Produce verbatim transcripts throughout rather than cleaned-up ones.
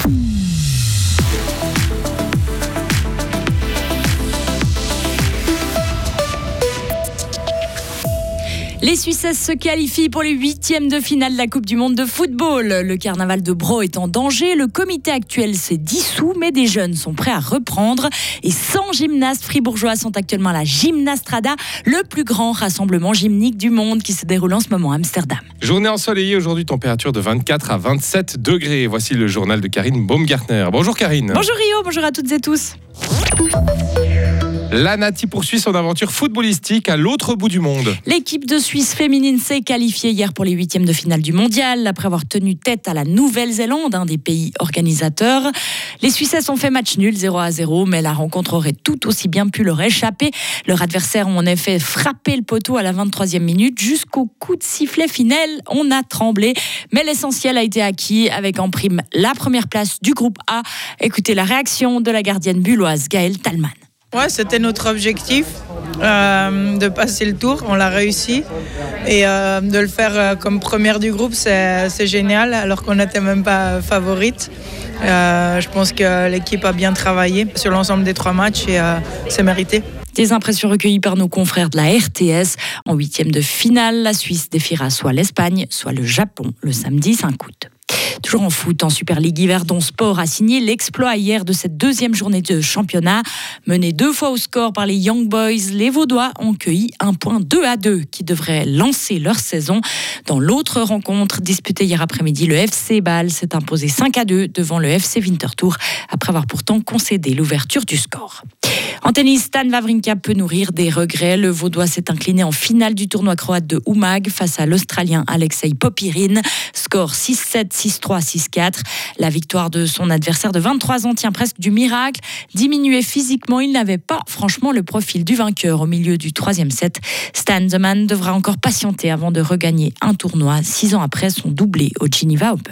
Les Suissesses se qualifient pour les huitièmes de finale de la Coupe du Monde de football. Le carnaval de Braux est en danger. Le comité actuel s'est dissous, mais des jeunes sont prêts à reprendre. Et cent gymnastes fribourgeois sont actuellement à la Gymnastrada, le plus grand rassemblement gymnique du monde qui se déroule en ce moment à Amsterdam. Journée ensoleillée aujourd'hui, température de vingt-quatre à vingt-sept degrés. Voici le journal de Karine Baumgartner. Bonjour Karine. Bonjour Rio, bonjour à toutes et tous. La Nati poursuit son aventure footballistique à l'autre bout du monde. L'équipe de Suisse féminine s'est qualifiée hier pour les huitièmes de finale du mondial, après avoir tenu tête à la Nouvelle-Zélande, un des pays organisateurs. Les Suissesses ont fait match nul, zéro à zéro, mais la rencontre aurait tout aussi bien pu leur échapper. Leurs adversaires ont en effet frappé le poteau à la vingt-troisième minute. Jusqu'au coup de sifflet final, on a tremblé. Mais l'essentiel a été acquis avec en prime la première place du groupe A. Écoutez la réaction de la gardienne bulloise Gaëlle Thalmann. Ouais, c'était notre objectif, euh, de passer le tour, on l'a réussi. Et euh, de le faire euh, comme première du groupe, c'est, c'est génial, alors qu'on n'était même pas favorite. Euh, je pense que l'équipe a bien travaillé sur l'ensemble des trois matchs et euh, c'est mérité. Des impressions recueillies par nos confrères de la R T S. En huitième de finale, la Suisse défiera soit l'Espagne, soit le Japon, le samedi cinq août. Toujours en foot, en Super League Yverdon Sport a signé l'exploit hier de cette deuxième journée de championnat. Menés deux fois au score par les Young Boys, les Vaudois ont cueilli un point deux à deux qui devrait lancer leur saison. Dans l'autre rencontre disputée hier après-midi, le F C Bâle s'est imposé cinq à deux devant le F C Winterthur après avoir pourtant concédé l'ouverture du score. En tennis, Stan Wawrinka peut nourrir des regrets. Le Vaudois s'est incliné en finale du tournoi croate de Umag face à l'Australien Alexei Popyrin. Score six sept, six trois, six quatre. La victoire de son adversaire de vingt-trois ans tient presque du miracle. Diminué physiquement, il n'avait pas franchement le profil du vainqueur au milieu du troisième set. Stan The Man devra encore patienter avant de regagner un tournoi six ans après son doublé au Geneva Open.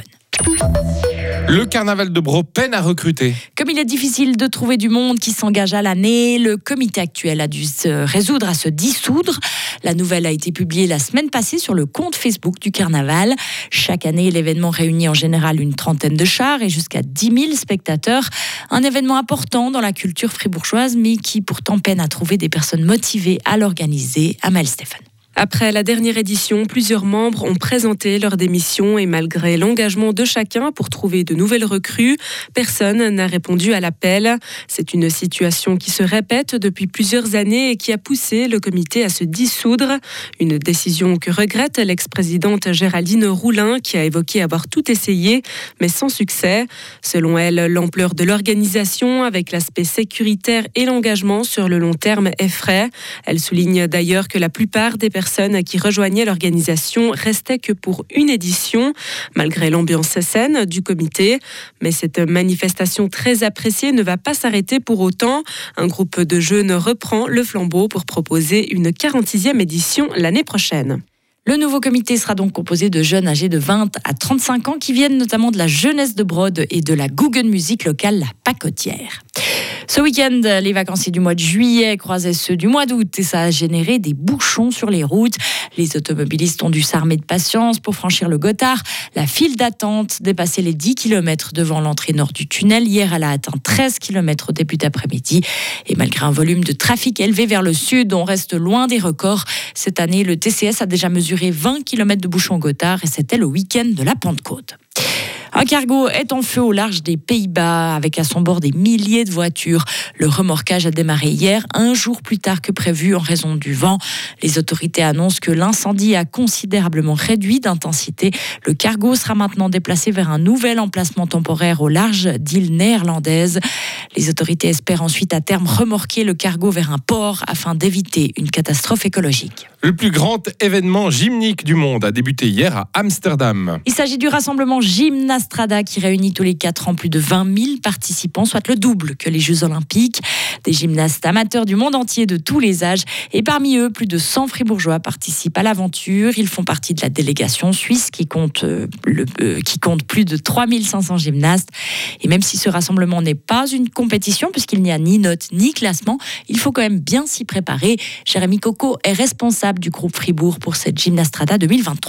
Le carnaval de Braux peine à recruter. Comme il est difficile de trouver du monde qui s'engage à l'année, le comité actuel a dû se résoudre à se dissoudre. La nouvelle a été publiée la semaine passée sur le compte Facebook du carnaval. Chaque année, l'événement réunit en général une trentaine de chars et jusqu'à dix mille spectateurs. Un événement important dans la culture fribourgeoise, mais qui pourtant peine à trouver des personnes motivées à l'organiser. Amel Stéphane. Après la dernière édition, plusieurs membres ont présenté leur démission et malgré l'engagement de chacun pour trouver de nouvelles recrues, personne n'a répondu à l'appel. C'est une situation qui se répète depuis plusieurs années et qui a poussé le comité à se dissoudre. Une décision que regrette l'ex-présidente Géraldine Roulin qui a évoqué avoir tout essayé, mais sans succès. Selon elle, l'ampleur de l'organisation avec l'aspect sécuritaire et l'engagement sur le long terme effraie. Elle souligne d'ailleurs que la plupart des personnes personnes qui rejoignaient l'organisation restaient que pour une édition, malgré l'ambiance saine du comité. Mais cette manifestation très appréciée ne va pas s'arrêter pour autant. Un groupe de jeunes reprend le flambeau pour proposer une quarante-sixième édition l'année prochaine. Le nouveau comité sera donc composé de jeunes âgés de vingt à trente-cinq ans qui viennent notamment de la jeunesse de Brode et de la Guggenmusik locale La Pacotière. Ce week-end, les vacanciers du mois de juillet croisaient ceux du mois d'août et ça a généré des bouchons sur les routes. Les automobilistes ont dû s'armer de patience pour franchir le Gothard. La file d'attente dépassait les dix kilomètres devant l'entrée nord du tunnel. Hier, elle a atteint treize kilomètres au début d'après-midi. Et malgré un volume de trafic élevé vers le sud, on reste loin des records. Cette année, le T C S a déjà mesuré vingt kilomètres de bouchons au Gothard et c'était le week-end de la Pentecôte. Un cargo est en feu au large des Pays-Bas avec à son bord des milliers de voitures. Le remorquage a démarré hier, un jour plus tard que prévu en raison du vent. Les autorités annoncent que l'incendie a considérablement réduit d'intensité. Le cargo sera maintenant déplacé vers un nouvel emplacement temporaire au large d'îles néerlandaises. Les autorités espèrent ensuite à terme remorquer le cargo vers un port afin d'éviter une catastrophe écologique. Le plus grand événement gymnique du monde a débuté hier à Amsterdam. Il s'agit du rassemblement Gymnastrada qui réunit tous les quatre ans plus de vingt mille participants, soit le double que les Jeux Olympiques. Des gymnastes amateurs du monde entier de tous les âges. Et parmi eux, plus de cent fribourgeois participent à l'aventure. Ils font partie de la délégation suisse qui compte, euh, le, euh, qui compte plus de trois mille cinq cents gymnastes. Et même si ce rassemblement n'est pas une compétition, puisqu'il n'y a ni notes ni classement, il faut quand même bien s'y préparer. Jérémy Coco est responsable du groupe Fribourg pour cette Gymnastrada deux mille vingt-trois.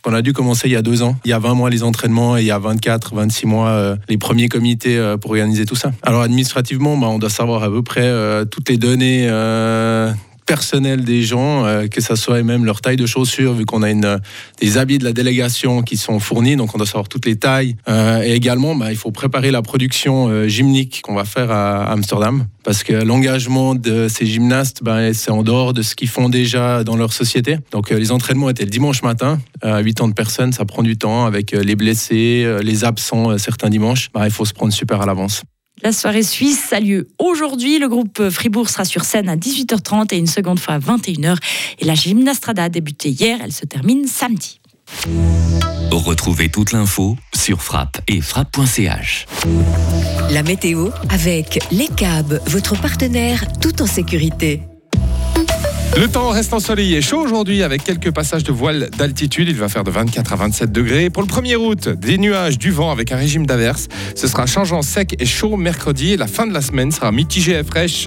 qu'on a dû commencer il y a deux ans. Il y a vingt mois les entraînements et il y a vingt-quatre, vingt-six mois euh, les premiers comités euh, pour organiser tout ça. Alors administrativement, bah, on doit savoir à peu près euh, toutes les données euh, personnel des gens, euh, que ça soit même leur taille de chaussures, vu qu'on a une, des habits de la délégation qui sont fournis, donc on doit savoir toutes les tailles. Euh, et également, bah, il faut préparer la production euh, gymnique qu'on va faire à Amsterdam, parce que l'engagement de ces gymnastes, bah, c'est en dehors de ce qu'ils font déjà dans leur société. Donc euh, les entraînements étaient le dimanche matin, à huit ans de personnes, ça prend du temps, avec euh, les blessés, euh, les absents euh, certains dimanches. Bah, il faut se prendre super à l'avance. La soirée suisse a lieu aujourd'hui. Le groupe Fribourg sera sur scène à dix-huit heures trente et une seconde fois à vingt et une heures. Et la Gymnastrada a débuté hier, elle se termine samedi. Retrouvez toute l'info sur Frappe et frappe point c h. La météo avec Les Cab, votre partenaire tout en sécurité. Le temps reste ensoleillé et chaud aujourd'hui avec quelques passages de voile d'altitude. Il va faire de vingt-quatre à vingt-sept degrés. Pour le premier août, des nuages, du vent avec un régime d'averse. Ce sera changeant sec et chaud mercredi et la fin de la semaine sera mitigée et fraîche.